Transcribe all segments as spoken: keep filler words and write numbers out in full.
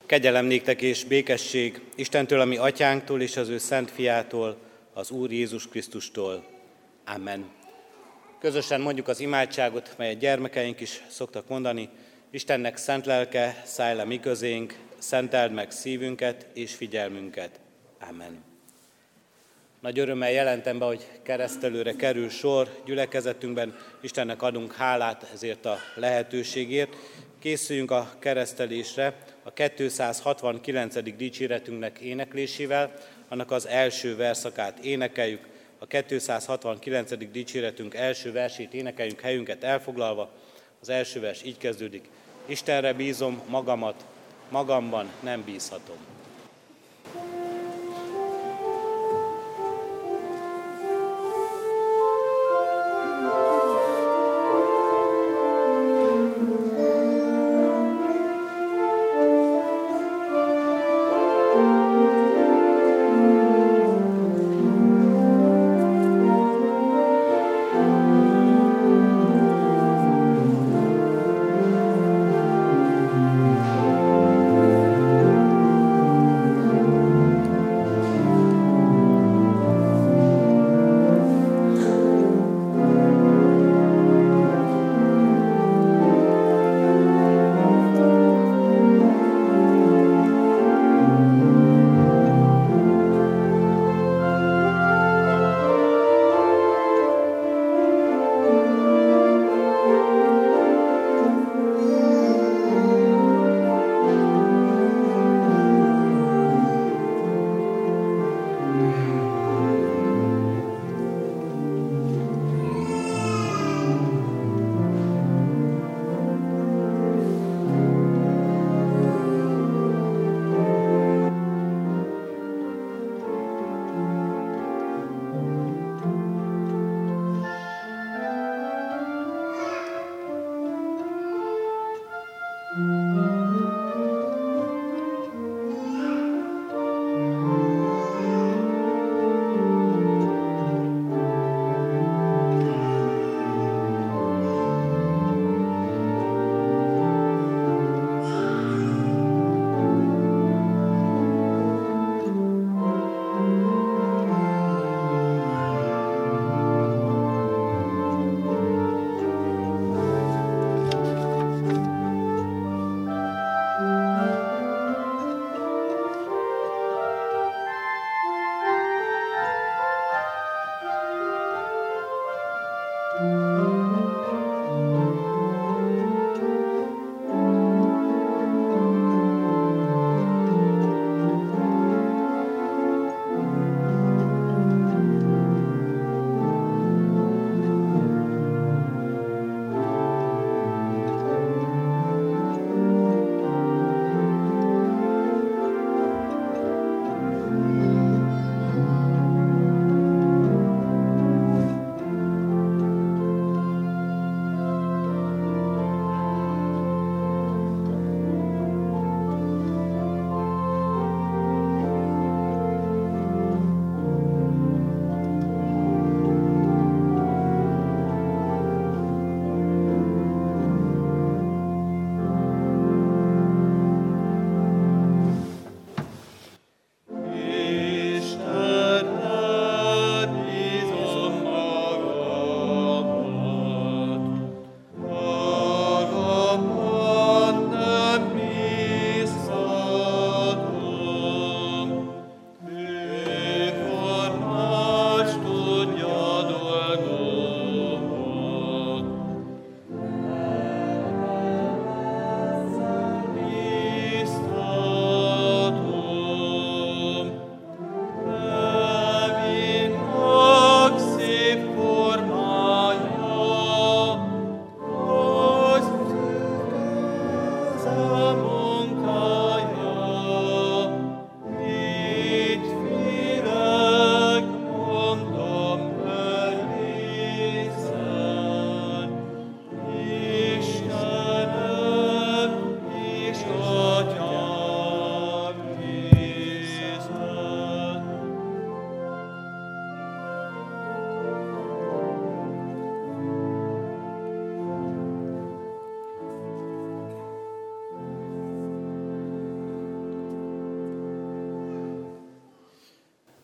Kegyelem néktek és békesség Istentől, a mi atyánktól és az ő szent fiától, az Úr Jézus Krisztustól. Amen. Közösen mondjuk az imádságot, melyet gyermekeink is szoktak mondani. Istennek szent lelke, szállj le mi közénk, szenteld meg szívünket és figyelmünket. Amen. Nagy örömmel jelentem be, hogy keresztelőre kerül sor gyülekezetünkben. Istennek adunk hálát ezért a lehetőségért. Készüljünk a keresztelésre a kétszázhatvankilencedik dicséretünknek éneklésével, annak az első verszakát énekeljük. A kétszázhatvankilencedik dicséretünk első versét énekeljünk helyünket elfoglalva. Az első vers így kezdődik. Istenre bízom magamat, magamban nem bízhatom. Thank you.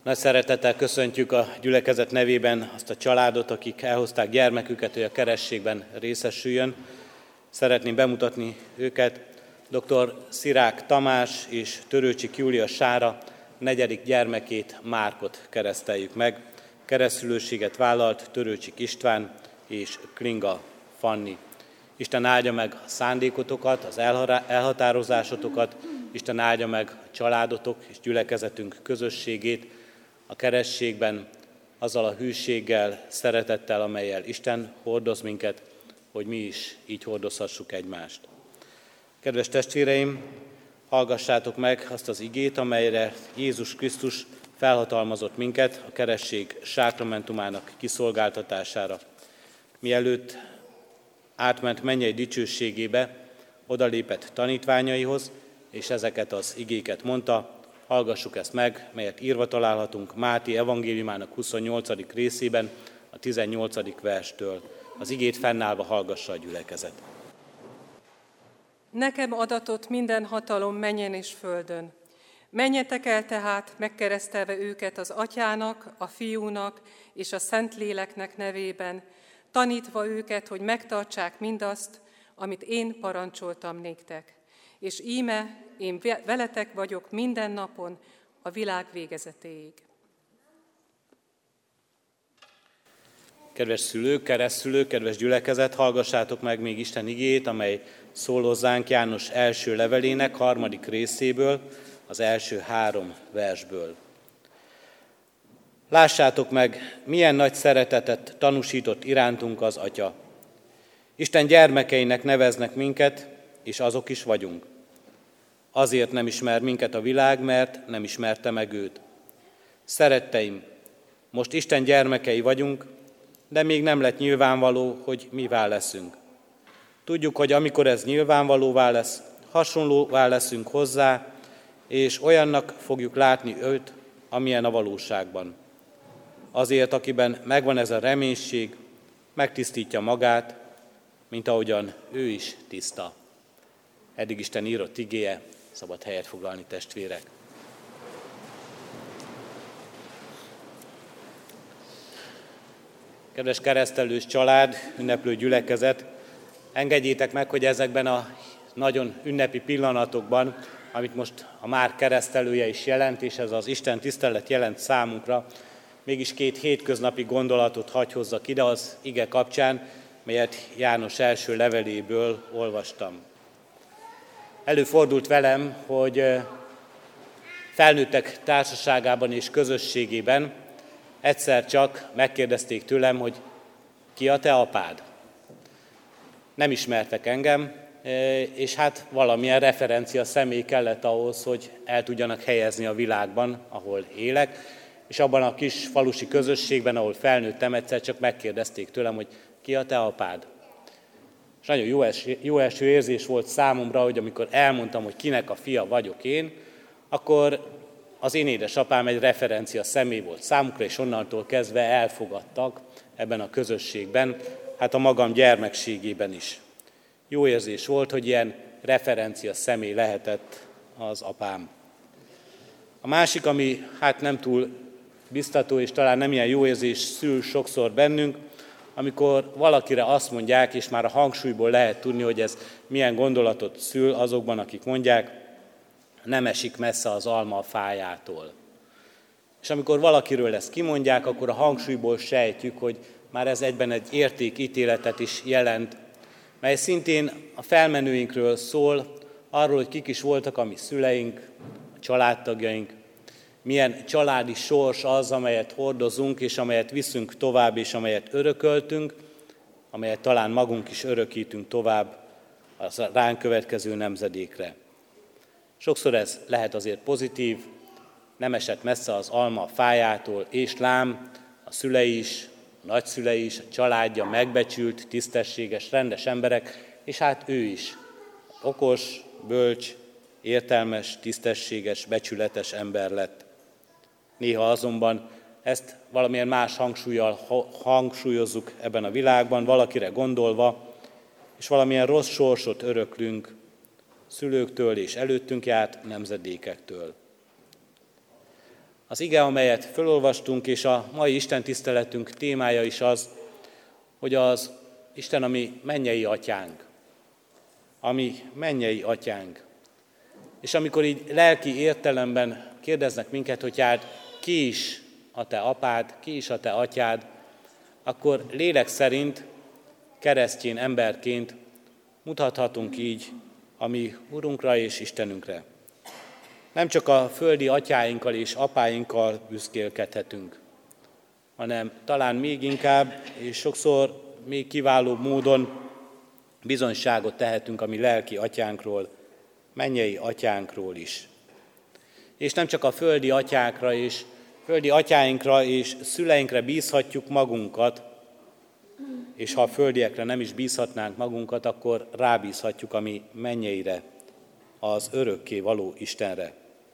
Nagy szeretettel köszöntjük a gyülekezet nevében azt a családot, akik elhozták gyermeküket, hogy a kerességben részesüljön. Szeretném bemutatni őket. doktor Szirák Tamás és Törőcsik Júlia Sára negyedik gyermekét, Márkot kereszteljük meg. Keresztülőséget vállalt Törőcsik István és Klinga Fanni. Isten áldja meg a szándékotokat, az elhatározásotokat, Isten áldja meg a családotok és gyülekezetünk közösségét a kerességben, azzal a hűséggel, szeretettel, amellyel Isten hordoz minket, hogy mi is így hordozhassuk egymást. Kedves testvéreim, hallgassátok meg azt az igét, amelyre Jézus Krisztus felhatalmazott minket a keresség sákramentumának kiszolgáltatására. Mielőtt átment mennyei dicsőségébe, odalépett tanítványaihoz, és ezeket az igéket mondta. Hallgassuk ezt meg, melyet írva találhatunk Máté evangéliumának huszonnyolcadik részében, a tizennyolcadik verstől. Az igét fennállva hallgassa a gyülekezet. Nekem adatott minden hatalom mennyen és földön. Menjetek el tehát, megkeresztelve őket az Atyának, a Fiúnak és a Szentléleknek nevében, tanítva őket, hogy megtartsák mindazt, amit én parancsoltam néktek. És íme, én veletek vagyok minden napon, a világ végezetéig. Kedves szülők, keresztszülők, kedves gyülekezet, hallgassátok meg még Isten igéjét, amely szól hozzánk János első levelének harmadik részéből, az első három versből. Lássátok meg, milyen nagy szeretetet tanúsított irántunk az Atya. Isten gyermekeinek neveznek minket, és azok is vagyunk. Azért nem ismer minket a világ, mert nem ismerte meg őt. Szeretteim, most Isten gyermekei vagyunk, de még nem lett nyilvánvaló, hogy mivá leszünk. Tudjuk, hogy amikor ez nyilvánvalóvá lesz, hasonlóvá leszünk hozzá, és olyannak fogjuk látni őt, amilyen a valóságban. Azért, akiben megvan ez a reménység, megtisztítja magát, mint ahogyan ő is tiszta. Eddig Isten írott igéje, szabad helyet foglalni, testvérek. Kedves keresztelős család, ünneplő gyülekezet, engedjétek meg, hogy ezekben a nagyon ünnepi pillanatokban, amit most a Márk keresztelője is jelent, és ez az Isten tisztelet jelent számunkra, mégis két hétköznapi gondolatot hagy hozzak ide az ige kapcsán, melyet János első leveléből olvastam. Előfordult velem, hogy felnőttek társaságában és közösségében egyszer csak megkérdezték tőlem, hogy ki a te apád? Nem ismertek engem, és hát valamilyen referencia személy kellett ahhoz, hogy el tudjanak helyezni a világban, ahol élek, és abban a kis falusi közösségben, ahol felnőttem, egyszer csak megkérdezték tőlem, hogy ki a te apád? És nagyon jó, es, jó első érzés volt számomra, hogy amikor elmondtam, hogy kinek a fia vagyok én, akkor az én édesapám egy referencia személy volt számukra, és onnantól kezdve elfogadtak ebben a közösségben, hát a magam gyermekségében is. Jó érzés volt, hogy ilyen referencia személy lehetett az apám. A másik, ami hát nem túl biztató, és talán nem ilyen jó érzés szül sokszor bennünk, amikor valakire azt mondják, és már a hangsúlyból lehet tudni, hogy ez milyen gondolatot szül azokban, akik mondják, nem esik messze az alma a fájától. És amikor valakiről ezt kimondják, akkor a hangsúlyból sejtjük, hogy már ez egyben egy értékítéletet is jelent, mely szintén a felmenőinkről szól, arról, hogy kik is voltak a mi szüleink, a családtagjaink, milyen családi sors az, amelyet hordozunk, és amelyet viszünk tovább, és amelyet örököltünk, amelyet talán magunk is örökítünk tovább az ránk következő nemzedékre. Sokszor ez lehet azért pozitív, nem esett messze az alma a fájától, és lám, a szülei is, a nagyszülei is, a családja megbecsült, tisztességes, rendes emberek, és hát ő is okos, bölcs, értelmes, tisztességes, becsületes ember lett. Néha azonban ezt valamilyen más hangsúllyal hangsúlyozzuk ebben a világban, valakire gondolva, és valamilyen rossz sorsot öröklünk szülőktől és előttünk járt nemzedékektől. Az ige, amelyet felolvastunk, és a mai Isten tiszteletünk témája is az, hogy az Isten a mi mennyei atyánk. A mi mennyei atyánk. És amikor így lelki értelemben kérdeznek minket, hogy hát ki is a te apád, ki is a te atyád, akkor lélek szerint, keresztény emberként mutathatunk így a mi Urunkra és Istenünkre. Nem csak a földi atyáinkkal és apáinkkal büszkélkedhetünk, hanem talán még inkább, és sokszor még kiválóbb módon bizonyságot tehetünk a mi lelki atyánkról, mennyei atyánkról is. És nem csak a földi atyákra és földi atyáinkra és szüleinkre bízhatjuk magunkat, és ha a földiekre nem is bízhatnánk magunkat, akkor rábízhatjuk a mi mennyeire, az örökké való Istenre.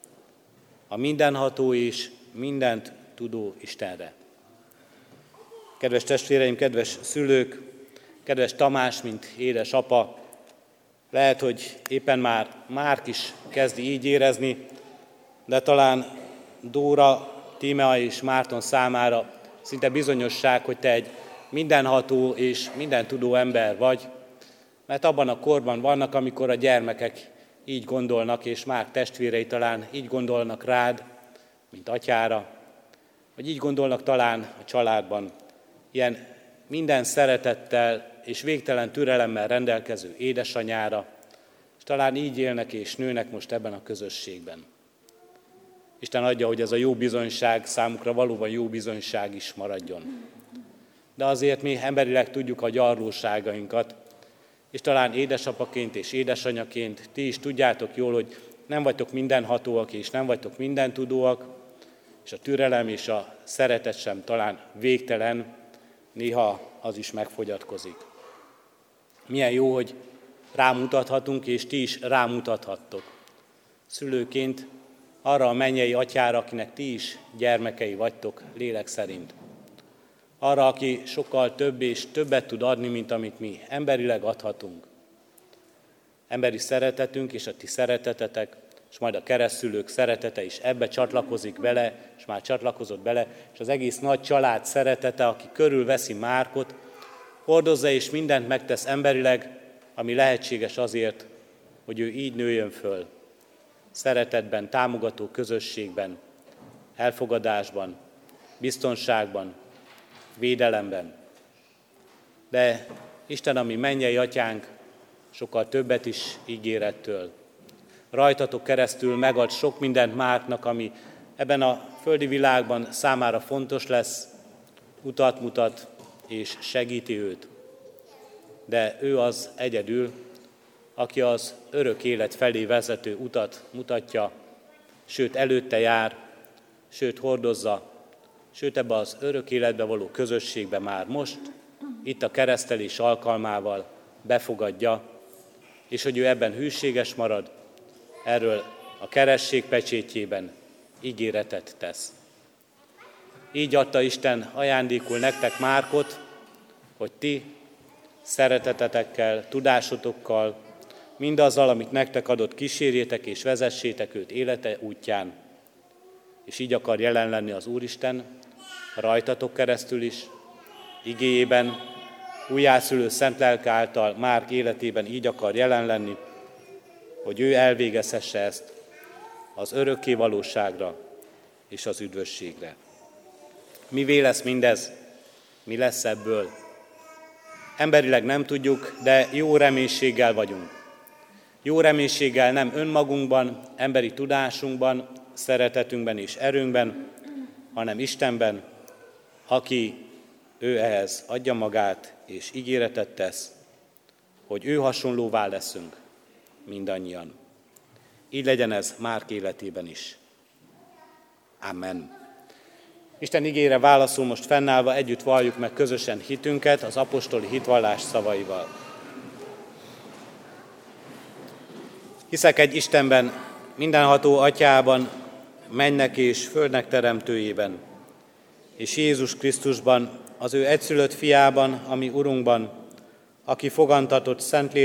A mindenható és mindent tudó Istenre. Kedves testvéreim, kedves szülők, kedves Tamás, mint édesapa, lehet, hogy éppen már Márk is kezdi így érezni, de talán Dóra, Tímea és Márton számára szinte bizonyosság, hogy te egy mindenható és mindentudó ember vagy, mert abban a korban vannak, amikor a gyermekek így gondolnak, és Márk testvérei talán így gondolnak rád, mint atyára, vagy így gondolnak talán a családban, ilyen minden szeretettel és végtelen türelemmel rendelkező édesanyára, és talán így élnek és nőnek most ebben a közösségben. Isten adja, hogy ez a jó bizonyság számukra valóban jó bizonyság is maradjon. De azért mi emberileg tudjuk a gyarlóságainkat, és talán édesapaként és édesanyaként ti is tudjátok jól, hogy nem vagytok mindenhatóak és nem vagytok mindentudóak, és a türelem és a szeretet sem talán végtelen, néha az is megfogyatkozik. Milyen jó, hogy rámutathatunk, és ti is rámutathattok. Szülőként arra a mennyei atyára, akinek ti is gyermekei vagytok lélek szerint. Arra, aki sokkal több és többet tud adni, mint amit mi emberileg adhatunk. Emberi szeretetünk és a ti szeretetetek, és majd a keresztszülők szeretete is ebbe csatlakozik bele, és már csatlakozott bele, és az egész nagy család szeretete, aki körülveszi Márkot, hordozza és mindent megtesz emberileg, ami lehetséges azért, hogy ő így nőjön föl. Szeretetben, támogató közösségben, elfogadásban, biztonságban, védelemben. De Isten, ami mennyei atyánk, sokkal többet is ígér ettől. Rajtatok keresztül megad sok mindent Márknak, ami ebben a földi világban számára fontos lesz, utat mutat és segíti őt. De ő az egyedül, aki az örök élet felé vezető utat mutatja, sőt előtte jár, sőt hordozza, sőt ebbe az örök életbe való közösségbe már most, itt a keresztelés alkalmával befogadja, és hogy ő ebben hűséges marad, erről a keresztség pecsétjében ígéretet tesz. Így adta Isten ajándékul nektek Márkot, hogy ti szeretetetekkel, tudásotokkal, mindazzal, amit nektek adott, kísérjétek és vezessétek őt élete útján. És így akar jelen lenni az Úristen, rajtatok keresztül is, igéjében, újjászülő szent lelke által Márk életében így akar jelen lenni, hogy ő elvégezhesse ezt az örökké valóságra és az üdvösségre. Mivé lesz mindez? Mi lesz ebből? Emberileg nem tudjuk, de jó reménységgel vagyunk. Jó reménységgel nem önmagunkban, emberi tudásunkban, szeretetünkben és erőnkben, hanem Istenben, aki ő ehhez adja magát és ígéretet tesz, hogy ő hasonlóvá leszünk mindannyian. Így legyen ez Márk életében is. Amen. Isten igére válaszul most fennállva együtt valljuk meg közösen hitünket az apostoli hitvallás szavaival. Hiszek egy Istenben, mindenható atyában, mennek és földnek teremtőjében, és Jézus Krisztusban, az ő egyszülött fiában, ami Urunkban, aki fogantatott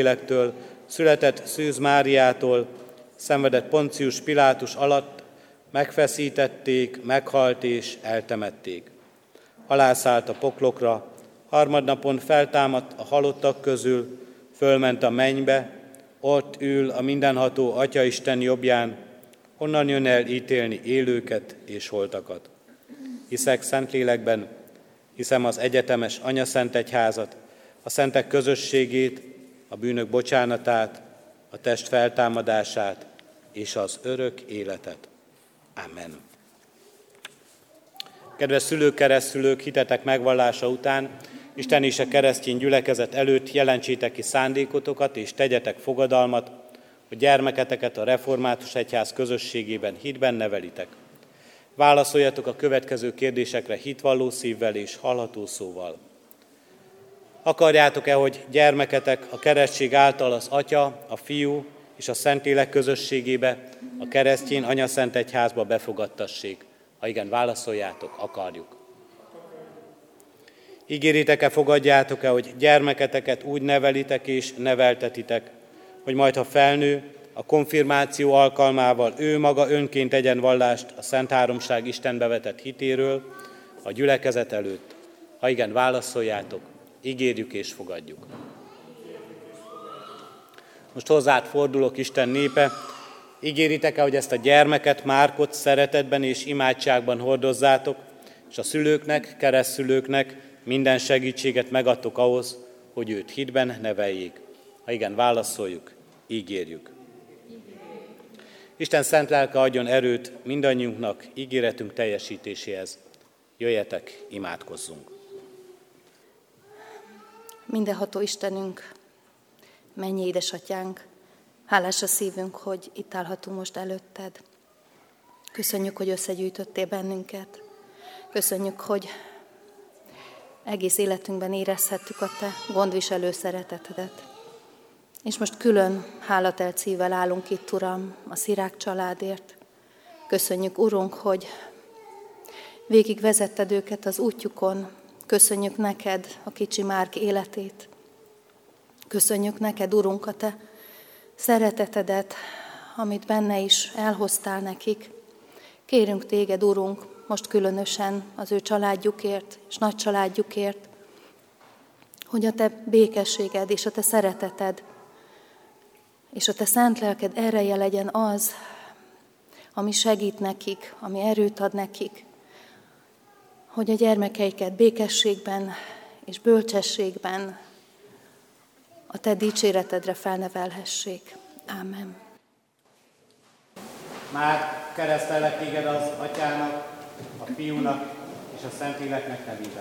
Szentlélektől, született Szűz Máriától, szenvedett Poncius Pilátus alatt, megfeszítették, meghalt és eltemették. Alászállt a poklokra, harmadnapon feltámadt a halottak közül, fölment a mennybe, ott ül a mindenható Atyaisten jobbján, onnan jön el ítélni élőket és holtakat. Hiszek Szentlélekben, hiszem az egyetemes Anyaszentegyházat, a szentek közösségét, a bűnök bocsánatát, a test feltámadását és az örök életet. Amen. Kedves szülők, keresztszülők, hitetek megvallása után, Isten és a keresztény gyülekezet előtt jelentsétek ki szándékotokat és tegyetek fogadalmat, hogy gyermeketeket a református egyház közösségében hitben nevelitek. Válaszoljatok a következő kérdésekre hitvalló szívvel és hallható szóval. Akarjátok-e, hogy gyermeketek a keresztség által az Atya, a Fiú és a Szentlélek közösségébe, a keresztény Anyaszentegyházba befogadtassék? Ha igen, válaszoljátok, akarjuk. Ígéritek-e, fogadjátok-e, hogy gyermeketeket úgy nevelitek és neveltetitek, hogy majd, ha felnő, a konfirmáció alkalmával ő maga önként tegyen vallást a Szent Háromság Istenbe vetett hitéről a gyülekezet előtt? Ha igen, válaszoljátok, ígérjük és fogadjuk. Most hozzád fordulok, Isten népe, ígéritek-e, hogy ezt a gyermeket, Márkot szeretetben és imádságban hordozzátok, és a szülőknek, keresztszülőknek minden segítséget megadtok ahhoz, hogy őt hitben neveljék? Ha igen, válaszoljuk, ígérjük. Isten szent lelke adjon erőt mindannyiunknak ígéretünk teljesítéséhez. Jöjjetek, imádkozzunk! Mindenható Istenünk, mennyi édesatyánk, hálás a szívünk, hogy itt állhatunk most előtted. Köszönjük, hogy összegyűjtöttél bennünket. Köszönjük, hogy egész életünkben érezhettük a te gondviselő szeretetedet. És most külön hálatelt szívvel állunk itt, Uram, a Szirák családért. Köszönjük, Urunk, hogy végig vezetted őket az útjukon. Köszönjük neked a kicsi Márk életét. Köszönjük neked, Urunk, a te szeretetedet, amit benne is elhoztál nekik. Kérünk téged, Urunk, most különösen az ő családjukért és nagy családjukért, hogy a te békességed és a te szereteted és a te szent lelked ereje legyen az, ami segít nekik, ami erőt ad nekik, hogy a gyermekeiket békességben és bölcsességben a te dicséretedre felnevelhessék. Ámen. Már keresztellek téged az Atyának, a Fiúnak és a Szentléleknek nevében.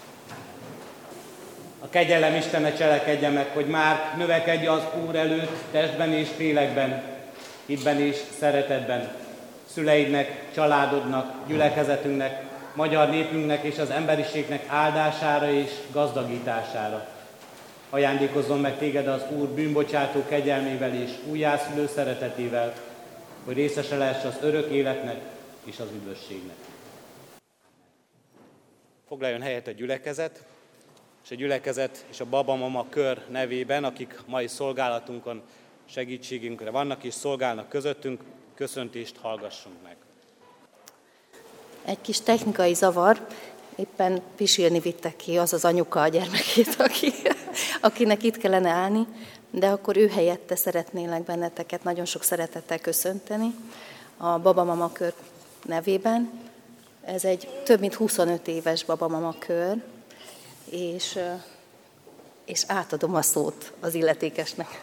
A kegyelem Istene cselekedje meg, hogy már növekedj az Úr előtt testben és lélekben, hitben és szeretetben, szüleidnek, családodnak, gyülekezetünknek, magyar népünknek és az emberiségnek áldására és gazdagítására. Ajándékozzon meg téged az Úr bűnbocsátó kegyelmével és újjászülő szeretetével, hogy részese lehess az örök életnek és az üdvösségnek. Foglaljon helyet a gyülekezet, és a gyülekezet és a babamama kör nevében, akik mai szolgálatunkon segítségünkre vannak és szolgálnak közöttünk, köszöntést hallgassunk meg. Egy kis technikai zavar, éppen pisilni vitte ki az az anyuka a gyermekét, aki, akinek itt kellene állni, de akkor ő helyette szeretnélek benneteket nagyon sok szeretettel köszönteni a babamama kör nevében. Ez egy több mint huszonöt éves babamama kör, és, és átadom a szót az illetékesnek.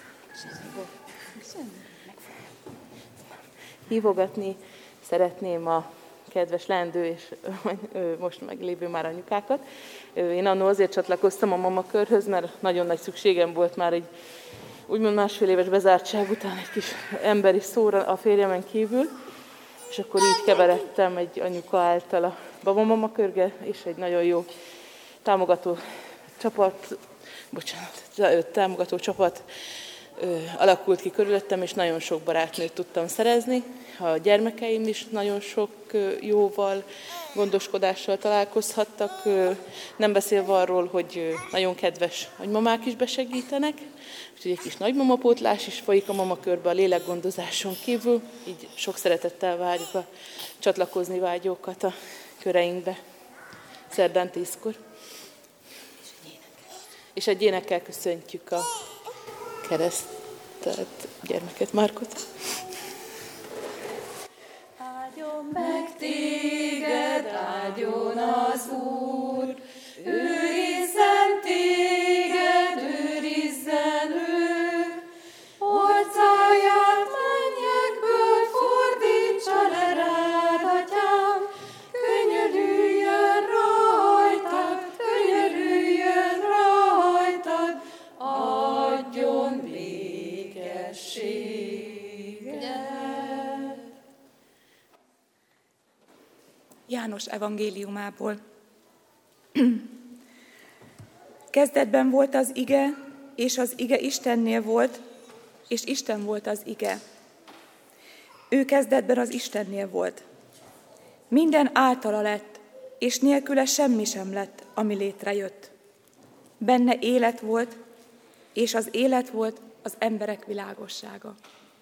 Hívogatni szeretném a kedves leendő és most meglévő már anyukákat. Én annól azért csatlakoztam a mamakörhöz, mert nagyon nagy szükségem volt már egy úgymond másfél éves bezártság után egy kis emberi szóra a férjemen kívül, és akkor így keveredtem egy anyuka által a babamamakörge, és egy nagyon jó támogató csapat, bocsánat, támogató csapat ö, alakult ki körülöttem, és nagyon sok barátnőt tudtam szerezni. A gyermekeim is nagyon sok ö, jóval, gondoskodással találkozhattak, ö, nem beszélve arról, hogy ö, nagyon kedves nagymamák is besegítenek, úgyhogy egy kis nagymamapótlás is folyik a mamakörbe a lélekgondozáson kívül, így sok szeretettel várjuk a csatlakozni vágyókat a köreinkbe szerdán tízkor. És egy énekkel köszöntjük a keresztelt gyermeket, Márkot. Áldjon meg téged, áldjon az Úr, őrizzen téged, őrizzen ő, orcáját mennyekből fordítsa le rád, atyám, könyörüljön rajtad, könyörüljön rajtad, adjon békességet. János evangéliumából. Kezdetben volt az ige, és az ige Istennél volt, és Isten volt az ige. Ő kezdetben az Istennél volt. Minden általa lett, és nélküle semmi sem lett, ami létrejött. Benne élet volt, és az élet volt az emberek világossága.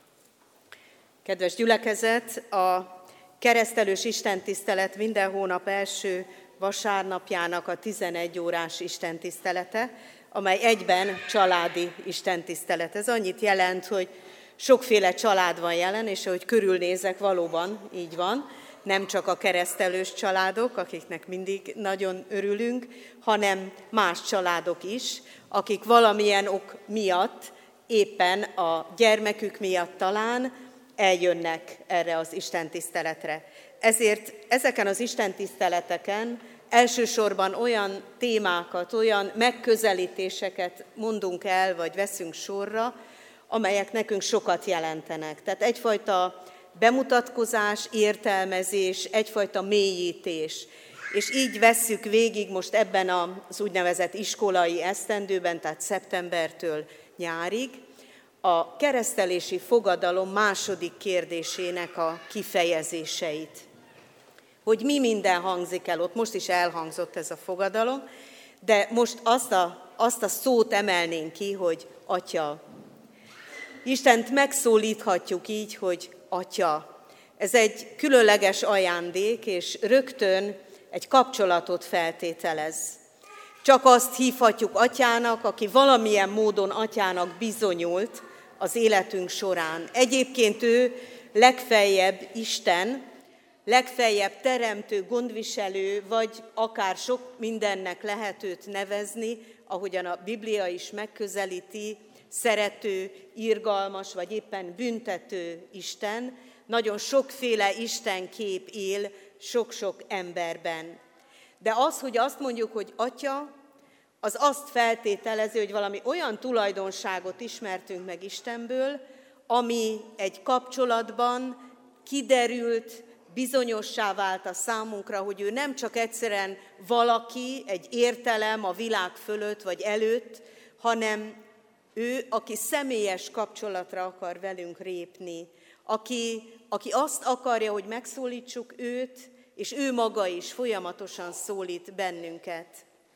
Kedves gyülekezet, a keresztelős istentisztelet minden hónap első vasárnapjának a tizenegy órás istentisztelete, amely egyben családi istentisztelet. Ez annyit jelent, hogy sokféle család van jelen, és ahogy körülnézek, valóban így van. Nem csak a keresztelős családok, akiknek mindig nagyon örülünk, hanem más családok is, akik valamilyen ok miatt, éppen a gyermekük miatt talán eljönnek erre az istentiszteletre. Ezért ezeken az istentiszteleteken elsősorban olyan témákat, olyan megközelítéseket mondunk el, vagy veszünk sorra, amelyek nekünk sokat jelentenek. Tehát egyfajta bemutatkozás, értelmezés, egyfajta mélyítés. És így vesszük végig most ebben az úgynevezett iskolai esztendőben, tehát szeptembertől nyárig, a keresztelési fogadalom második kérdésének a kifejezéseit. Hogy mi minden hangzik el ott, most is elhangzott ez a fogadalom, de most azt a, azt a szót emelnénk ki, hogy Atya. Istent megszólíthatjuk így, hogy Atya. Ez egy különleges ajándék, és rögtön egy kapcsolatot feltételez. Csak azt hívhatjuk Atyának, aki valamilyen módon Atyának bizonyult az életünk során. Egyébként ő legfeljebb Isten, legfeljebb teremtő, gondviselő, vagy akár sok mindennek lehet őt nevezni, ahogyan a Biblia is megközelíti, szerető, irgalmas, vagy éppen büntető Isten. Nagyon sokféle istenkép él sok-sok emberben. De az, hogy azt mondjuk, hogy Atya, az azt feltételezi, hogy valami olyan tulajdonságot ismertünk meg Istenből, ami egy kapcsolatban kiderült, bizonyossá vált a számunkra, hogy ő nem csak egyszerűen valaki, egy értelem a világ fölött vagy előtt, hanem ő, aki személyes kapcsolatra akar velünk lépni, aki, aki azt akarja, hogy megszólítsuk őt, és ő maga is folyamatosan szólít bennünket.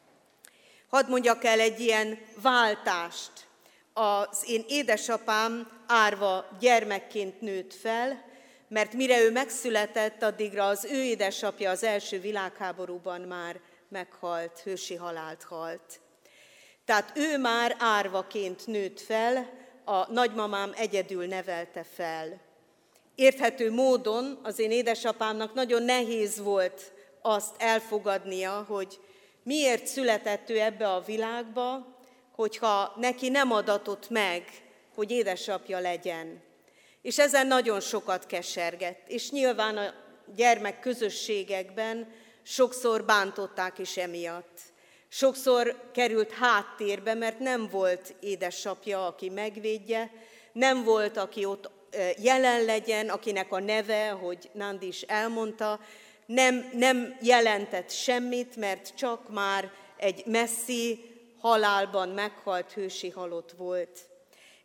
Hadd mondjak el egy ilyen váltást. Az én édesapám árva gyermekként nőtt fel, mert mire ő megszületett, addigra az ő édesapja az első világháborúban már meghalt, hősi halált halt. Tehát ő már árvaként nőtt fel, a nagymamám egyedül nevelte fel. Érthető módon az én édesapámnak nagyon nehéz volt azt elfogadnia, hogy miért született ő ebbe a világba, hogyha neki nem adatott meg, hogy édesapja legyen. És ezen nagyon sokat kesergett, és nyilván a gyermek közösségekben sokszor bántották is emiatt. Sokszor került háttérbe, mert nem volt édesapja, aki megvédje, nem volt, aki ott jelen legyen, akinek a neve, hogy Nandi is elmondta, nem, nem jelentett semmit, mert csak már egy messzi halálban meghalt hősi halott volt.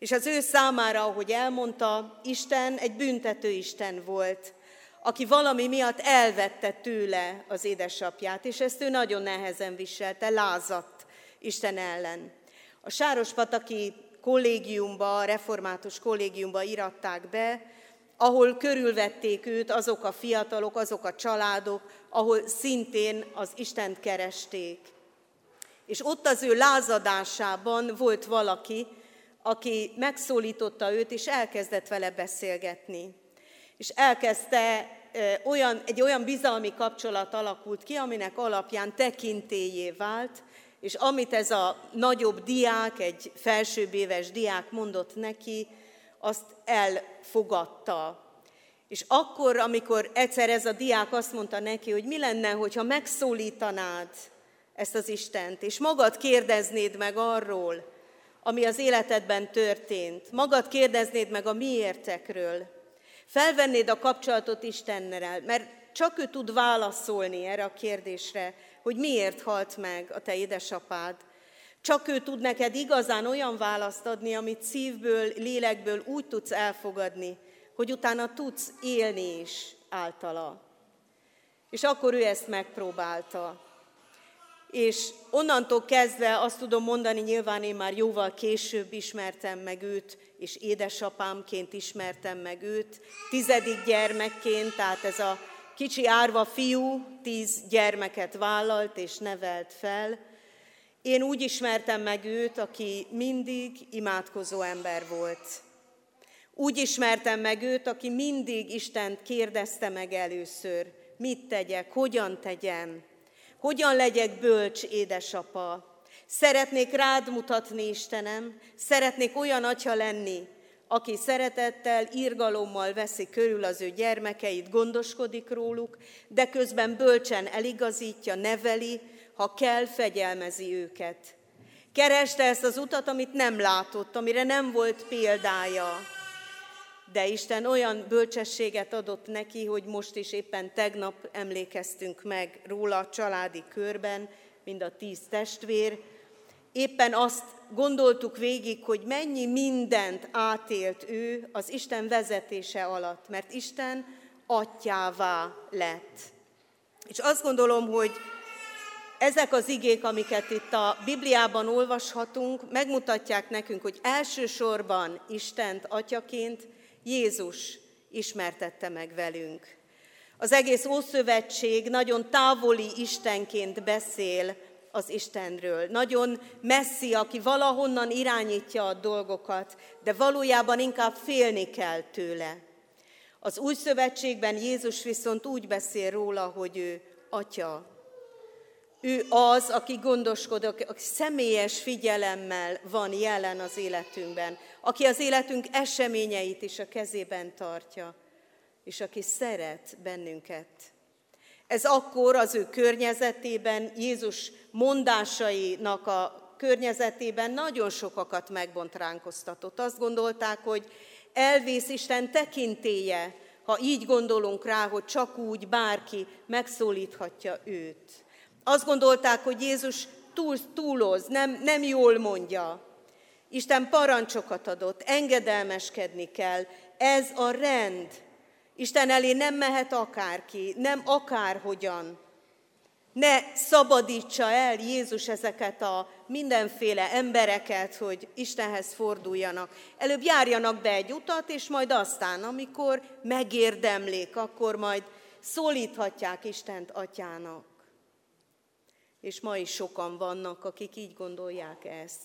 És az ő számára, ahogy elmondta, Isten egy büntető Isten volt, aki valami miatt elvette tőle az édesapját, és ezt ő nagyon nehezen viselte, lázadt Isten ellen. A sárospataki kollégiumba, a református kollégiumba iratták be, ahol körülvették őt azok a fiatalok, azok a családok, ahol szintén az Istent keresték. És ott az ő lázadásában volt valaki, aki megszólította őt, és elkezdett vele beszélgetni. És elkezdte, olyan, egy olyan bizalmi kapcsolat alakult ki, aminek alapján tekintélyé vált, és amit ez a nagyobb diák, egy felsőbb éves diák mondott neki, azt elfogadta. És akkor, amikor egyszer ez a diák azt mondta neki, hogy mi lenne, hogyha megszólítanád ezt az Istent, és magad kérdeznéd meg arról, ami az életedben történt, magad kérdeznéd meg a miértekről, felvennéd a kapcsolatot Istennel, mert csak ő tud válaszolni erre a kérdésre, hogy miért halt meg a te édesapád. Csak ő tud neked igazán olyan választ adni, amit szívből, lélekből úgy tudsz elfogadni, hogy utána tudsz élni is általa. És akkor ő ezt megpróbálta. És onnantól kezdve azt tudom mondani, nyilván én már jóval később ismertem meg őt, és édesapámként ismertem meg őt, tizedik gyermekként, tehát ez a kicsi árva fiú tíz gyermeket vállalt és nevelt fel. Én úgy ismertem meg őt, aki mindig imádkozó ember volt. Úgy ismertem meg őt, aki mindig Istent kérdezte meg először, mit tegyek, hogyan tegyem, hogyan legyek bölcs édesapa. Szeretnék rád mutatni, Istenem, szeretnék olyan atya lenni, aki szeretettel, irgalommal veszi körül az ő gyermekeit, gondoskodik róluk, de közben bölcsen eligazítja, neveli, ha kell, fegyelmezi őket. Kereste ezt az utat, amit nem látott, amire nem volt példája. De Isten olyan bölcsességet adott neki, hogy most is éppen tegnap emlékeztünk meg róla a családi körben, mind a tíz testvér. Éppen azt gondoltuk végig, hogy mennyi mindent átélt ő az Isten vezetése alatt, mert Isten atyává lett. És azt gondolom, hogy ezek az igék, amiket itt a Bibliában olvashatunk, megmutatják nekünk, hogy elsősorban Istent atyaként Jézus ismertette meg velünk. Az egész Ószövetség nagyon távoli Istenként beszél az Istenről. Nagyon messzi, aki valahonnan irányítja a dolgokat, de valójában inkább félni kell tőle. Az Új Szövetségben Jézus viszont úgy beszél róla, hogy ő atya. Ő az, aki gondoskodik, aki személyes figyelemmel van jelen az életünkben, aki az életünk eseményeit is a kezében tartja, és aki szeret bennünket. Ez akkor az ő környezetében, Jézus mondásainak a környezetében nagyon sokakat megbotránkoztatott. Azt gondolták, hogy elvész Isten tekintélye, ha így gondolunk rá, hogy csak úgy bárki megszólíthatja őt. Azt gondolták, hogy Jézus túl, túloz, nem, nem jól mondja. Isten parancsokat adott, engedelmeskedni kell. Ez a rend. Isten elé nem mehet akárki, nem akárhogyan. Ne szabadítsa el Jézus ezeket a mindenféle embereket, hogy Istenhez forduljanak. Előbb járjanak be egy utat, és majd aztán, amikor megérdemlik, akkor majd szólíthatják Istent atyának. És ma is sokan vannak, akik így gondolják ezt.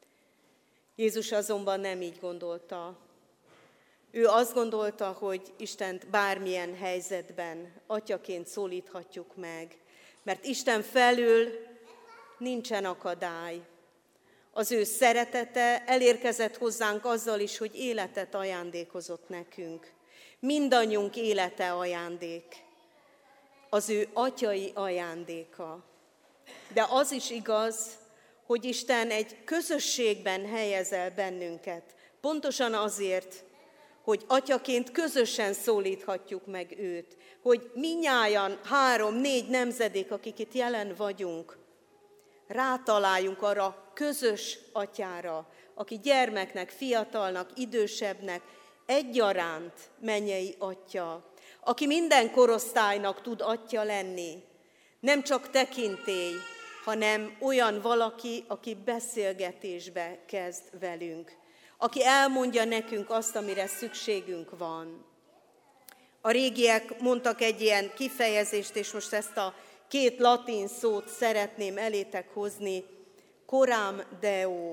Jézus azonban nem így gondolta. Ő azt gondolta, hogy Istent bármilyen helyzetben atyaként szólíthatjuk meg, mert Isten felől nincsen akadály. Az ő szeretete elérkezett hozzánk azzal is, hogy életet ajándékozott nekünk. Mindannyiunk élete ajándék. Az ő atyai ajándéka. De az is igaz, hogy Isten egy közösségben helyez el bennünket. Pontosan azért, hogy atyaként közösen szólíthatjuk meg őt. Hogy mindnyájan három-négy nemzedék, akik itt jelen vagyunk, rátaláljunk arra közös atyára, aki gyermeknek, fiatalnak, idősebbnek egyaránt mennyei atya, aki minden korosztálynak tud atya lenni, nem csak tekintély, hanem olyan valaki, aki beszélgetésbe kezd velünk, aki elmondja nekünk azt, amire szükségünk van. A régiek mondtak egy ilyen kifejezést, és most ezt a két latin szót szeretném elétek hozni, coram Deo.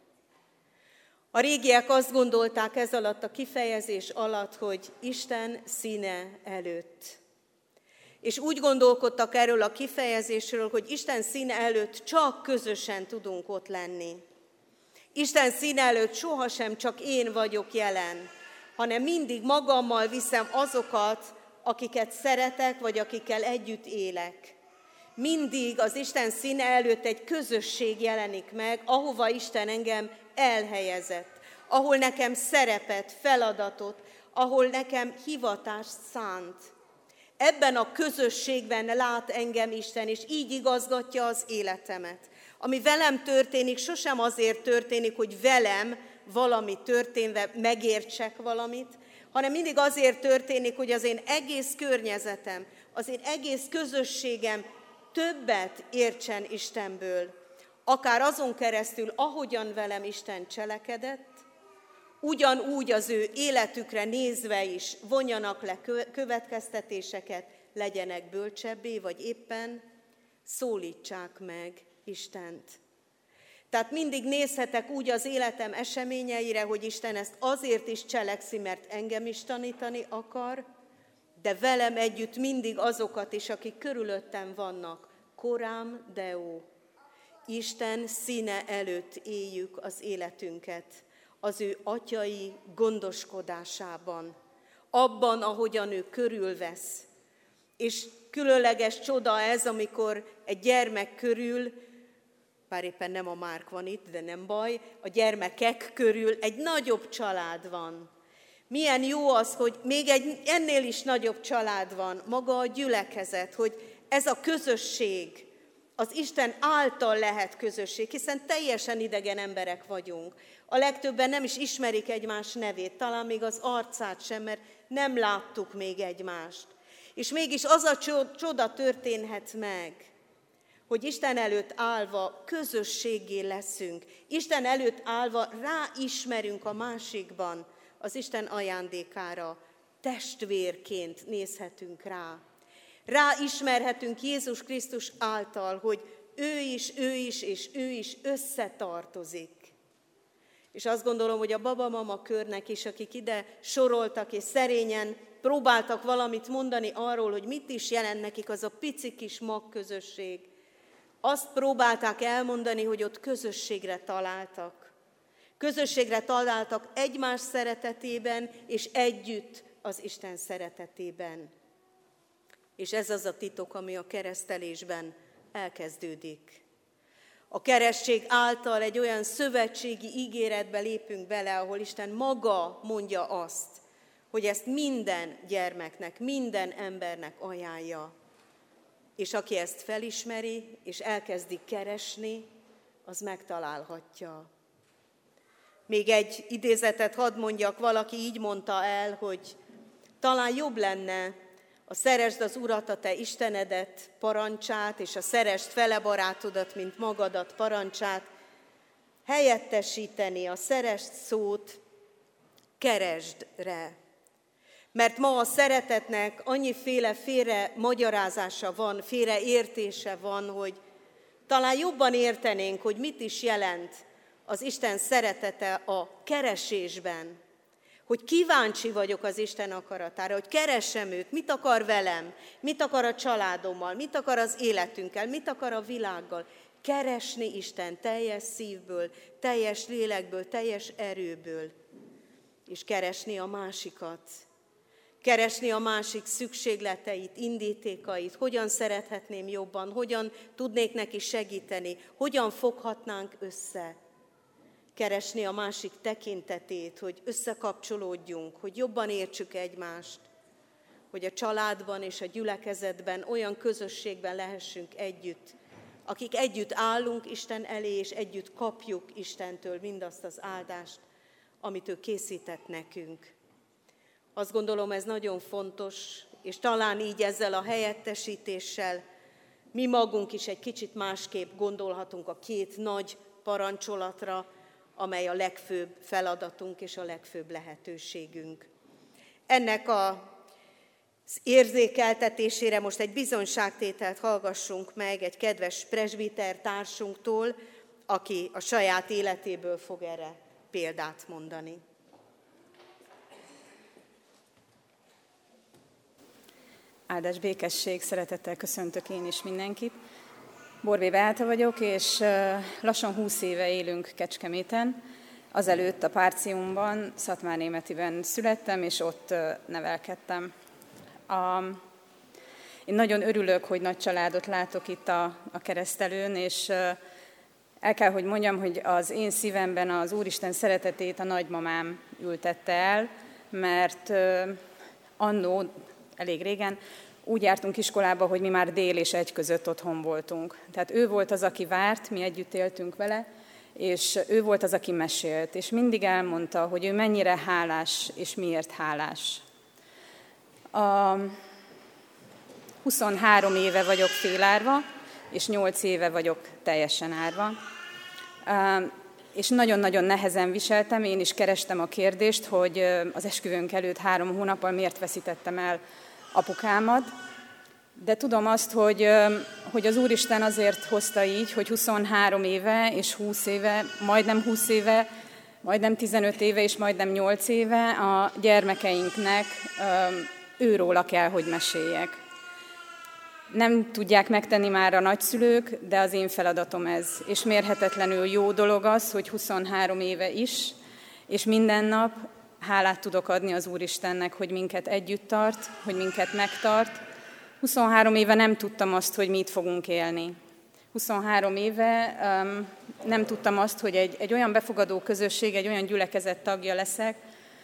A régiek azt gondolták ez alatt a kifejezés alatt, hogy Isten színe előtt. És úgy gondolkodtak erről a kifejezésről, hogy Isten színe előtt csak közösen tudunk ott lenni. Isten színe előtt sohasem csak én vagyok jelen, hanem mindig magammal viszem azokat, akiket szeretek, vagy akikkel együtt élek. Mindig az Isten színe előtt egy közösség jelenik meg, ahova Isten engem elhelyezett, ahol nekem szerepet, feladatot, ahol nekem hivatást szánt. Ebben a közösségben lát engem Isten, és így igazgatja az életemet. Ami velem történik, sosem azért történik, hogy velem valami történve megértsek valamit, hanem mindig azért történik, hogy az én egész környezetem, az én egész közösségem többet értsen Istenből. Akár azon keresztül, ahogyan velem Isten cselekedett, ugyanúgy az ő életükre nézve is vonjanak le következtetéseket, legyenek bölcsebbé, vagy éppen szólítsák meg Istent. Tehát mindig nézhetek úgy az életem eseményeire, hogy Isten ezt azért is cselekszi, mert engem is tanítani akar, de velem együtt mindig azokat is, akik körülöttem vannak. Coram Deo. Isten színe előtt éljük az életünket, az ő atyai gondoskodásában, abban, ahogyan ő körülvesz. És különleges csoda ez, amikor egy gyermek körül, bár éppen nem a Márk van itt, de nem baj, a gyermekek körül egy nagyobb család van. Milyen jó az, hogy még egy ennél is nagyobb család van, maga a gyülekezet, hogy ez a közösség, az Isten által lehet közösség, hiszen teljesen idegen emberek vagyunk. A legtöbben nem is ismerik egymás nevét, talán még az arcát sem, mert nem láttuk még egymást. És mégis az a csoda történhet meg, hogy Isten előtt állva közösséggé leszünk. Isten előtt állva ráismerünk a másikban, az Isten ajándékára, testvérként nézhetünk rá. Ráismerhetünk Jézus Krisztus által, hogy ő is, ő is, és ő is összetartozik. És azt gondolom, hogy a baba-mama körnek is, akik ide soroltak, és szerényen próbáltak valamit mondani arról, hogy mit is jelent nekik az a pici kis magközösség, azt próbálták elmondani, hogy ott közösségre találtak. Közösségre találtak egymás szeretetében, és együtt az Isten szeretetében. És ez az a titok, ami a keresztelésben elkezdődik. A keresztség által egy olyan szövetségi ígéretbe lépünk bele, ahol Isten maga mondja azt, hogy ezt minden gyermeknek, minden embernek ajánlja. És aki ezt felismeri, és elkezdi keresni, az megtalálhatja. Még egy idézetet hadd mondjak, valaki így mondta el, hogy talán jobb lenne, a szeresd az Urat, a te Istenedet parancsát, és a szeresd fele barátodat, mint magadat parancsát, helyettesíteni a szeresd szót keresdre. Mert ma a szeretetnek annyiféle félre magyarázása van, félre értése van, hogy talán jobban értenénk, hogy mit is jelent az Isten szeretete a keresésben. Hogy kíváncsi vagyok az Isten akaratára, hogy keressem őt, mit akar velem, mit akar a családommal, mit akar az életünkkel, mit akar a világgal. Keresni Isten teljes szívből, teljes lélekből, teljes erőből, és keresni a másikat. Keresni a másik szükségleteit, indítékait, hogyan szerethetném jobban, hogyan tudnék neki segíteni, hogyan foghatnánk össze. Keresni a másik tekintetét, hogy összekapcsolódjunk, hogy jobban értsük egymást, hogy a családban és a gyülekezetben olyan közösségben lehessünk együtt, akik együtt állunk Isten elé, és együtt kapjuk Istentől mindazt az áldást, amit ő készített nekünk. Azt gondolom, ez nagyon fontos, és talán így ezzel a helyettesítéssel mi magunk is egy kicsit másképp gondolhatunk a két nagy parancsolatra, amely a legfőbb feladatunk és a legfőbb lehetőségünk. Ennek a az érzékeltetésére most egy bizonyságtételt hallgassunk meg egy kedves presbiter társunktól, aki a saját életéből fog erre példát mondani. Áldás békesség, szeretettel köszöntök én is mindenkit. Borbé Beáta vagyok, és lassan húsz éve élünk Kecskeméten. Azelőtt a Párciumban, Szatmárnémetiben születtem, és ott nevelkedtem. A, én nagyon örülök, hogy nagy családot látok itt a, a keresztelőn, és el kell, hogy mondjam, hogy az én szívemben az Úristen szeretetét a nagymamám ültette el, mert annó, elég régen, úgy jártunk iskolába, hogy mi már dél és egy között otthon voltunk. Tehát ő volt az, aki várt, mi együtt éltünk vele, és ő volt az, aki mesélt, és mindig elmondta, hogy ő mennyire hálás, és miért hálás. A huszonhárom éve vagyok félárva, és nyolc éve vagyok teljesen árva. És nagyon-nagyon nehezen viseltem, én is kerestem a kérdést, hogy az esküvőnk előtt három hónappal miért veszítettem el apukámat. De tudom azt, hogy, hogy az Úristen azért hozta így, hogy huszonhárom éve és húsz éve, majdnem húsz éve, majdnem tizenöt éve és majdnem nyolc éve a gyermekeinknek őróla kell, hogy meséljek. Nem tudják megtenni már a nagyszülők, de az én feladatom ez. És mérhetetlenül jó dolog az, hogy huszonhárom éve is, és minden nap hálát tudok adni az Úristennek, hogy minket együtt tart, hogy minket megtart. huszonhárom éve nem tudtam azt, hogy mit fogunk élni. huszonhárom éve um, nem tudtam azt, hogy egy, egy olyan befogadó közösség, egy olyan gyülekezet tagja leszek,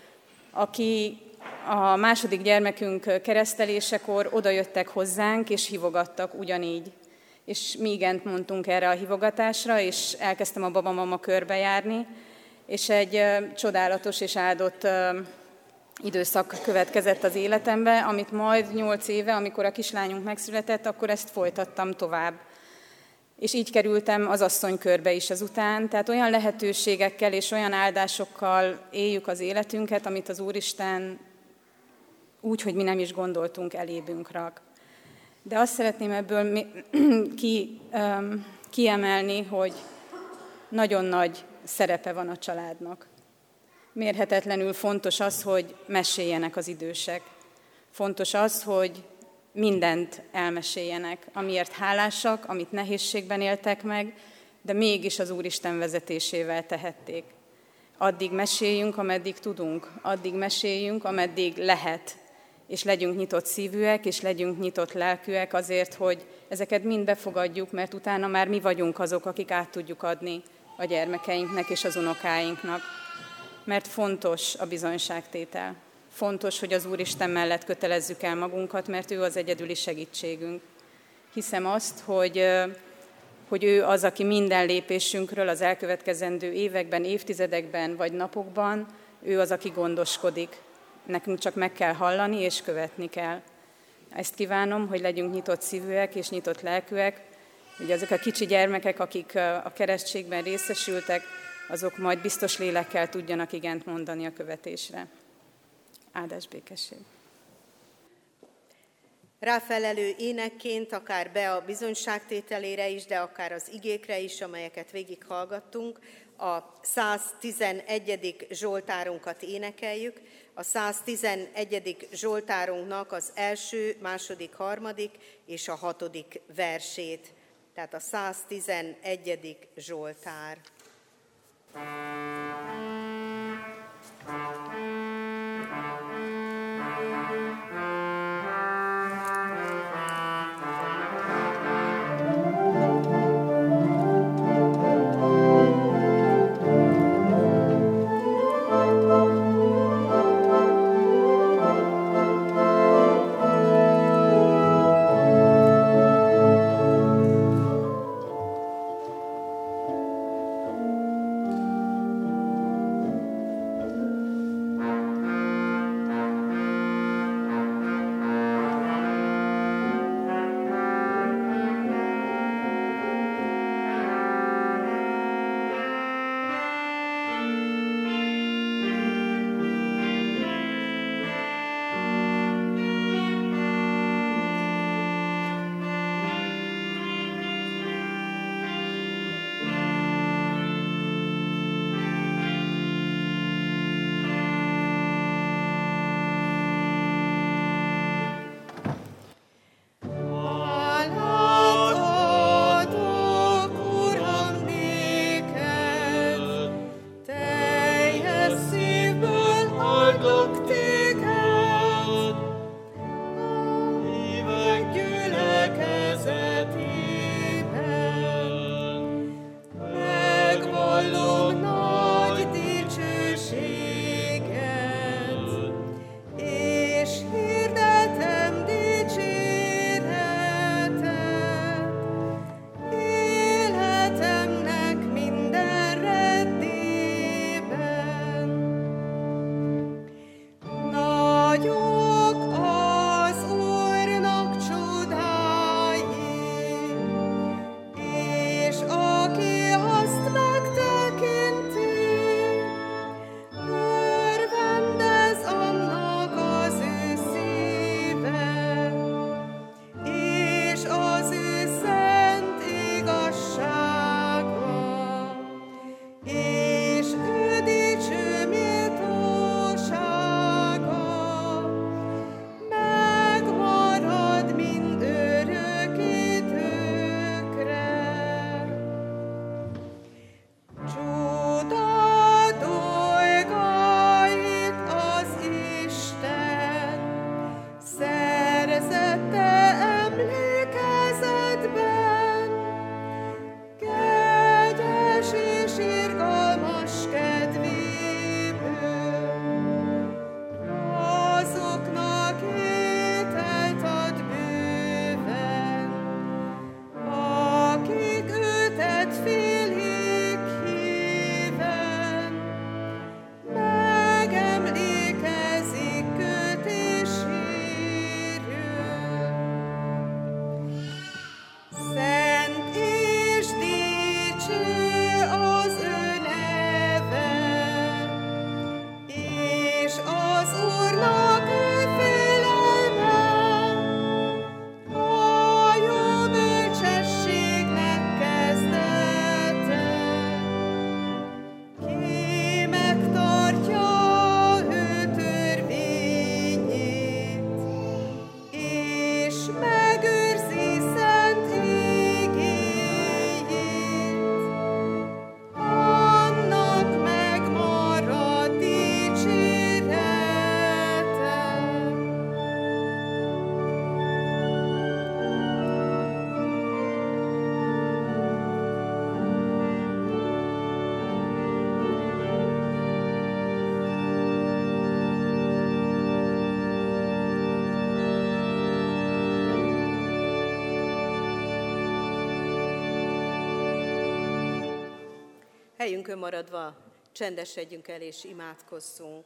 aki a második gyermekünk keresztelésekor odajöttek hozzánk, és hívogattak ugyanígy. És mi igent mondtunk erre a hívogatásra, és elkezdtem a babamama körbe járni, és egy uh, csodálatos és áldott uh, időszak következett az életembe, amit majd nyolc éve, amikor a kislányunk megszületett, akkor ezt folytattam tovább. És így kerültem az asszonykörbe is azután, tehát olyan lehetőségekkel és olyan áldásokkal éljük az életünket, amit az Úristen úgy, hogy mi nem is gondoltunk, elébünk rak. De azt szeretném ebből ki, um, kiemelni, hogy nagyon nagy szerepe van a családnak. Mérhetetlenül fontos az, hogy meséljenek az idősek. Fontos az, hogy mindent elmeséljenek, amiért hálásak, amit nehézségben éltek meg, de mégis az Úristen vezetésével tehették. Addig meséljünk, ameddig tudunk, addig meséljünk, ameddig lehet, és legyünk nyitott szívűek, és legyünk nyitott lelkűek azért, hogy ezeket mind befogadjuk, mert utána már mi vagyunk azok, akik át tudjuk adni a gyermekeinknek és az unokáinknak. Mert fontos a bizonyságtétel. Fontos, hogy az Úristen mellett kötelezzük el magunkat, mert ő az egyedüli segítségünk. Hiszem azt, hogy, hogy ő az, aki minden lépésünkről az elkövetkezendő években, évtizedekben vagy napokban, ő az, aki gondoskodik. Nekünk csak meg kell hallani és követni kell. Ezt kívánom, hogy legyünk nyitott szívűek és nyitott lelkűek. Ugye azok a kicsi gyermekek, akik a keresztségben részesültek, azok majd biztos lélekkel tudjanak igent mondani a követésre. Áldás békesség! Ráfelelő énekként, akár be a bizonyságtételére is, de akár az igékre is, amelyeket végighallgattunk, a száztizenegyedik zsoltárunkat énekeljük. A száztizenegyedik zsoltárunknak az első, második, harmadik és a hatodik versét. Tehát a száztizenegyedik zsoltár. vezette emlékezetben, kegyes és irgalmas kedvéből. Azoknak ételt ad bőven, akik őt egy félig híven, megemlékezik őt és hírjön. Szent és dicső az ő neve, és az Úrnak ő félelme, a jó bölcsességnek kezdete. Ki megtartja ő törvényét, és megőrzi szent igéjét, annak megmarad dicsérete. Helyünkön maradva csendesedjünk el és imádkozzunk.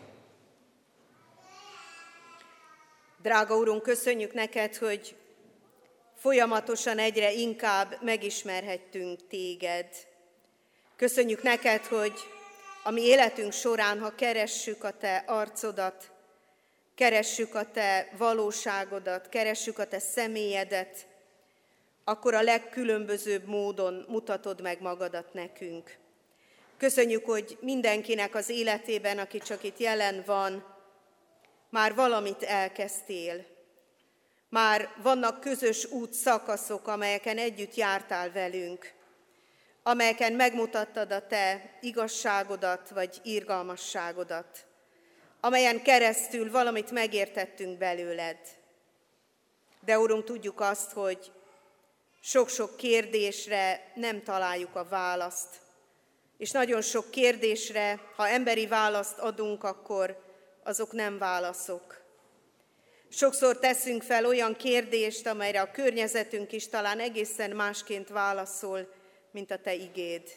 Drága Urunk, köszönjük neked, hogy folyamatosan egyre inkább megismerhettünk téged. Köszönjük neked, hogy a mi életünk során, ha keressük a te arcodat, keressük a te valóságodat, keressük a te személyedet, akkor a legkülönbözőbb módon mutatod meg magadat nekünk. Köszönjük, hogy mindenkinek az életében, aki csak itt jelen van, már valamit elkezdtél. Már vannak közös útszakaszok, amelyeken együtt jártál velünk, amelyeken megmutattad a te igazságodat vagy irgalmasságodat, amelyen keresztül valamit megértettünk belőled. De Urunk, tudjuk azt, hogy sok-sok kérdésre nem találjuk a választ, és nagyon sok kérdésre, ha emberi választ adunk, akkor azok nem válaszok. Sokszor teszünk fel olyan kérdést, amelyre a környezetünk is talán egészen másként válaszol, mint a te igéd.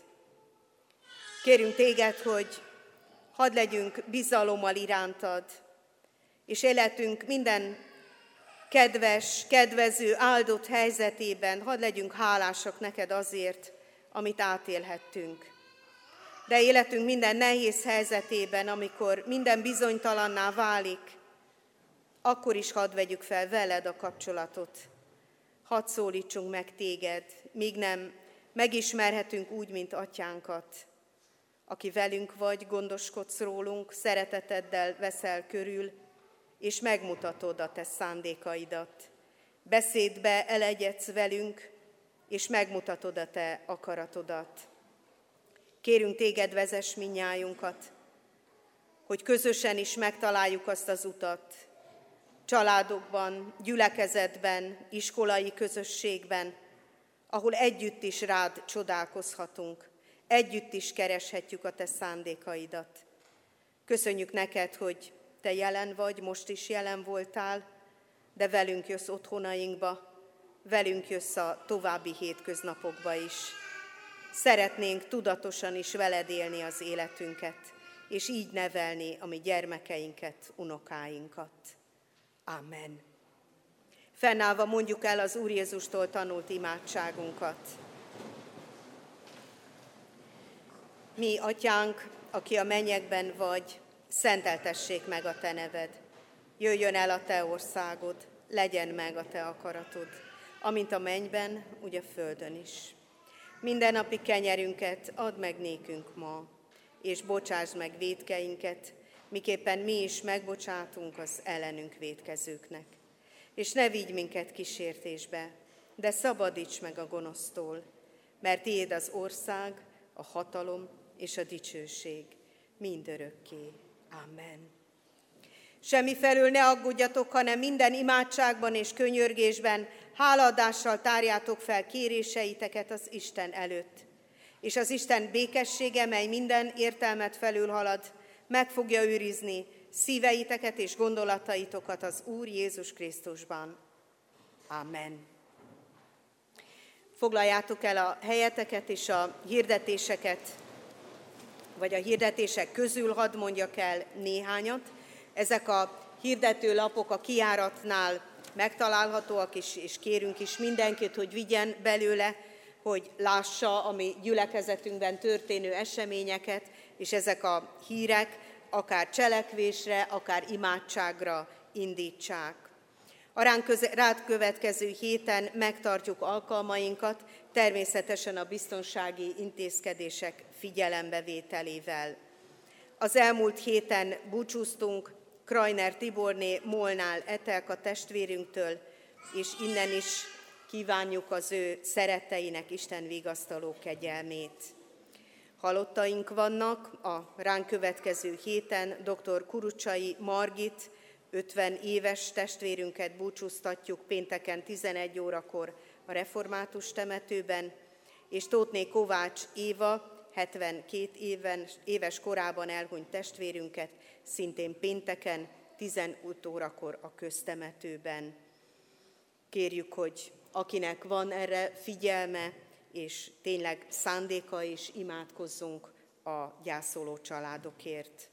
Kérünk téged, hogy hadd legyünk bizalommal irántad, és életünk minden kedves, kedvező, áldott helyzetében hadd legyünk hálásak neked azért, amit átélhettünk. De életünk minden nehéz helyzetében, amikor minden bizonytalanná válik, akkor is hadd vegyük fel veled a kapcsolatot. Hadd szólítsunk meg téged, míg nem megismerhetünk úgy, mint atyánkat, aki velünk vagy, gondoskodsz rólunk, szereteteddel veszel körül, és megmutatod a te szándékaidat. Beszédbe elegyedsz velünk, és megmutatod a te akaratodat. Kérünk téged, vezess mindnyájunkat, hogy közösen is megtaláljuk azt az utat, családokban, gyülekezetben, iskolai közösségben, ahol együtt is rád csodálkozhatunk, együtt is kereshetjük a te szándékaidat. Köszönjük neked, hogy te jelen vagy, most is jelen voltál, de velünk jössz otthonainkba, velünk jössz a további hétköznapokba is. Szeretnénk tudatosan is veled élni az életünket, és így nevelni a mi gyermekeinket, unokáinkat. Amen. Fennállva mondjuk el az Úr Jézustól tanult imádságunkat. Mi, atyánk, aki a mennyekben vagy, szenteltessék meg a te neved. Jöjjön el a te országod, legyen meg a te akaratod, amint a mennyben, úgy a földön is. Mindennapi kenyerünket add meg nékünk ma, és bocsáss meg vétkeinket, miképpen mi is megbocsátunk az ellenünk vétkezőknek. És ne vigy minket kísértésbe, de szabadíts meg a gonosztól, mert tiéd az ország, a hatalom és a dicsőség mindörökké. Amen. Semmi felől ne aggódjatok, hanem minden imádságban és könyörgésben hálaadással tárjátok fel kéréseiteket az Isten előtt. És az Isten békessége, mely minden értelmet felülhalad, meg fogja őrizni szíveiteket és gondolataitokat az Úr Jézus Krisztusban. Amen. Foglaljátok el a helyeteket és a hirdetéseket, vagy a hirdetések közül hadd mondjak el néhányat. Ezek a hirdetőlapok a kijáratnál megtalálhatóak, és, és kérünk is mindenkit, hogy vigyen belőle, hogy lássa a mi gyülekezetünkben történő eseményeket, és ezek a hírek akár cselekvésre, akár imádságra indítsák. A ránk következő héten megtartjuk alkalmainkat, természetesen a biztonsági intézkedések figyelembevételével. Az elmúlt héten búcsúztunk Krajner Tiborné Molnár Etelka testvérünktől, és innen is kívánjuk az ő szeretteinek Isten vigasztaló kegyelmét. Halottaink vannak a ránk következő héten, dr. Kurucsai Margit, ötven éves testvérünket búcsúztatjuk pénteken tizenegy órakor a református temetőben, és Tóthné Kovács Éva, hetvenkét éven, éves korában elhunyt testvérünket szintén pénteken tizenöt órakor a köztemetőben. Kérjük, hogy akinek van erre figyelme, és tényleg szándéka is, imádkozzunk a gyászoló családokért.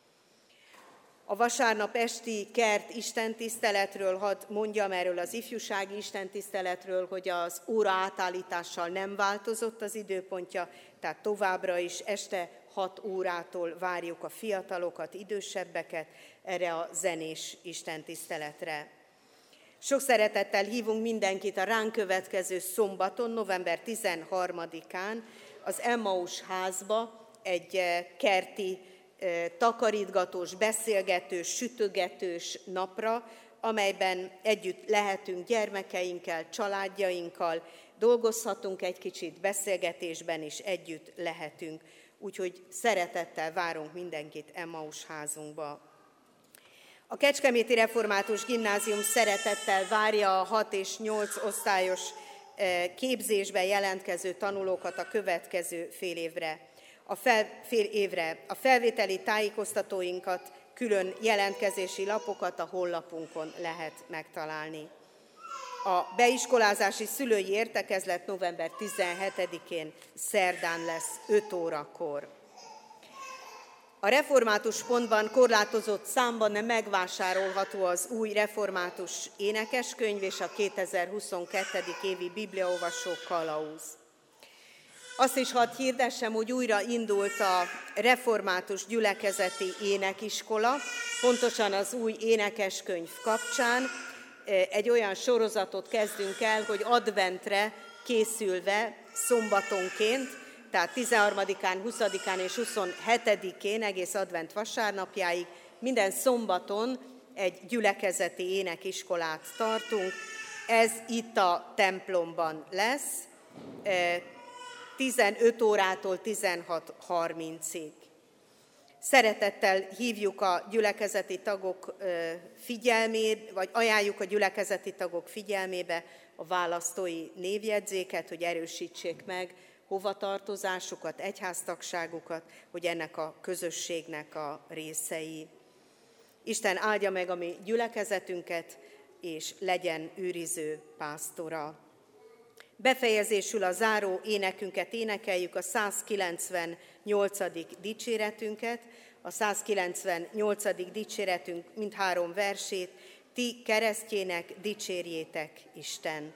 A vasárnap esti kert istentiszteletről hadd mondjam, erről az ifjúsági istentiszteletről, hogy az óra átállítással nem változott az időpontja, tehát továbbra is este hat órától várjuk a fiatalokat, idősebbeket erre a zenés istentiszteletre. Sok szeretettel hívunk mindenkit a ránk következő szombaton, november tizenharmadikán az Emmaus házba egy kerti takarítgatós, beszélgetős, sütögetős napra, amelyben együtt lehetünk gyermekeinkkel, családjainkkal, dolgozhatunk egy kicsit beszélgetésben, és együtt lehetünk. Úgyhogy szeretettel várunk mindenkit Emmaus házunkba. A Kecskeméti Református Gimnázium szeretettel várja a hat és nyolc osztályos képzésben jelentkező tanulókat a következő fél évre. A fel, fél évre. A felvételi tájékoztatóinkat, külön jelentkezési lapokat a honlapunkon lehet megtalálni. A beiskolázási szülői értekezlet november tizenhetedikén szerdán lesz öt órakor. A református pontban korlátozott számban nem megvásárolható az új református énekeskönyv és a kétezer-huszonkettő. évi bibliaolvasó kalauz. Azt is hadd hirdessem, hogy újra indult a református gyülekezeti énekiskola, pontosan az új énekeskönyv kapcsán. Egy olyan sorozatot kezdünk el, hogy adventre készülve szombatonként, tehát tizenharmadikán, huszadikán és huszonhetedikén egész advent vasárnapjáig minden szombaton egy gyülekezeti énekiskolát tartunk. Ez itt a templomban lesz, tizenöt órától tizenhat harmincig. Szeretettel hívjuk a gyülekezeti tagok figyelmét, vagy ajánljuk a gyülekezeti tagok figyelmébe a választói névjegyzéket, hogy erősítsék meg hovatartozásukat, egyháztagságukat, hogy ennek a közösségnek a részei. Isten áldja meg a mi gyülekezetünket, és legyen őriző pásztora. Befejezésül a záró énekünket énekeljük, a százkilencvennyolcadik dicséretünket, a százkilencvennyolcadik dicséretünk mindhárom versét, ti keresztjének dicsérjétek Istent.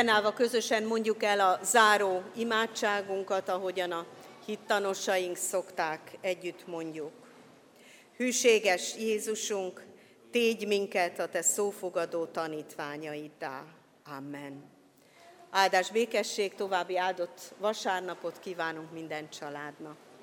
Fennállva közösen mondjuk el a záró imádságunkat, ahogyan a hittanosaink szokták, együtt mondjuk. Hűséges Jézusunk, tégy minket a te szófogadó tanítványaiddá. Amen. Áldás, békesség, további áldott vasárnapot kívánunk minden családnak.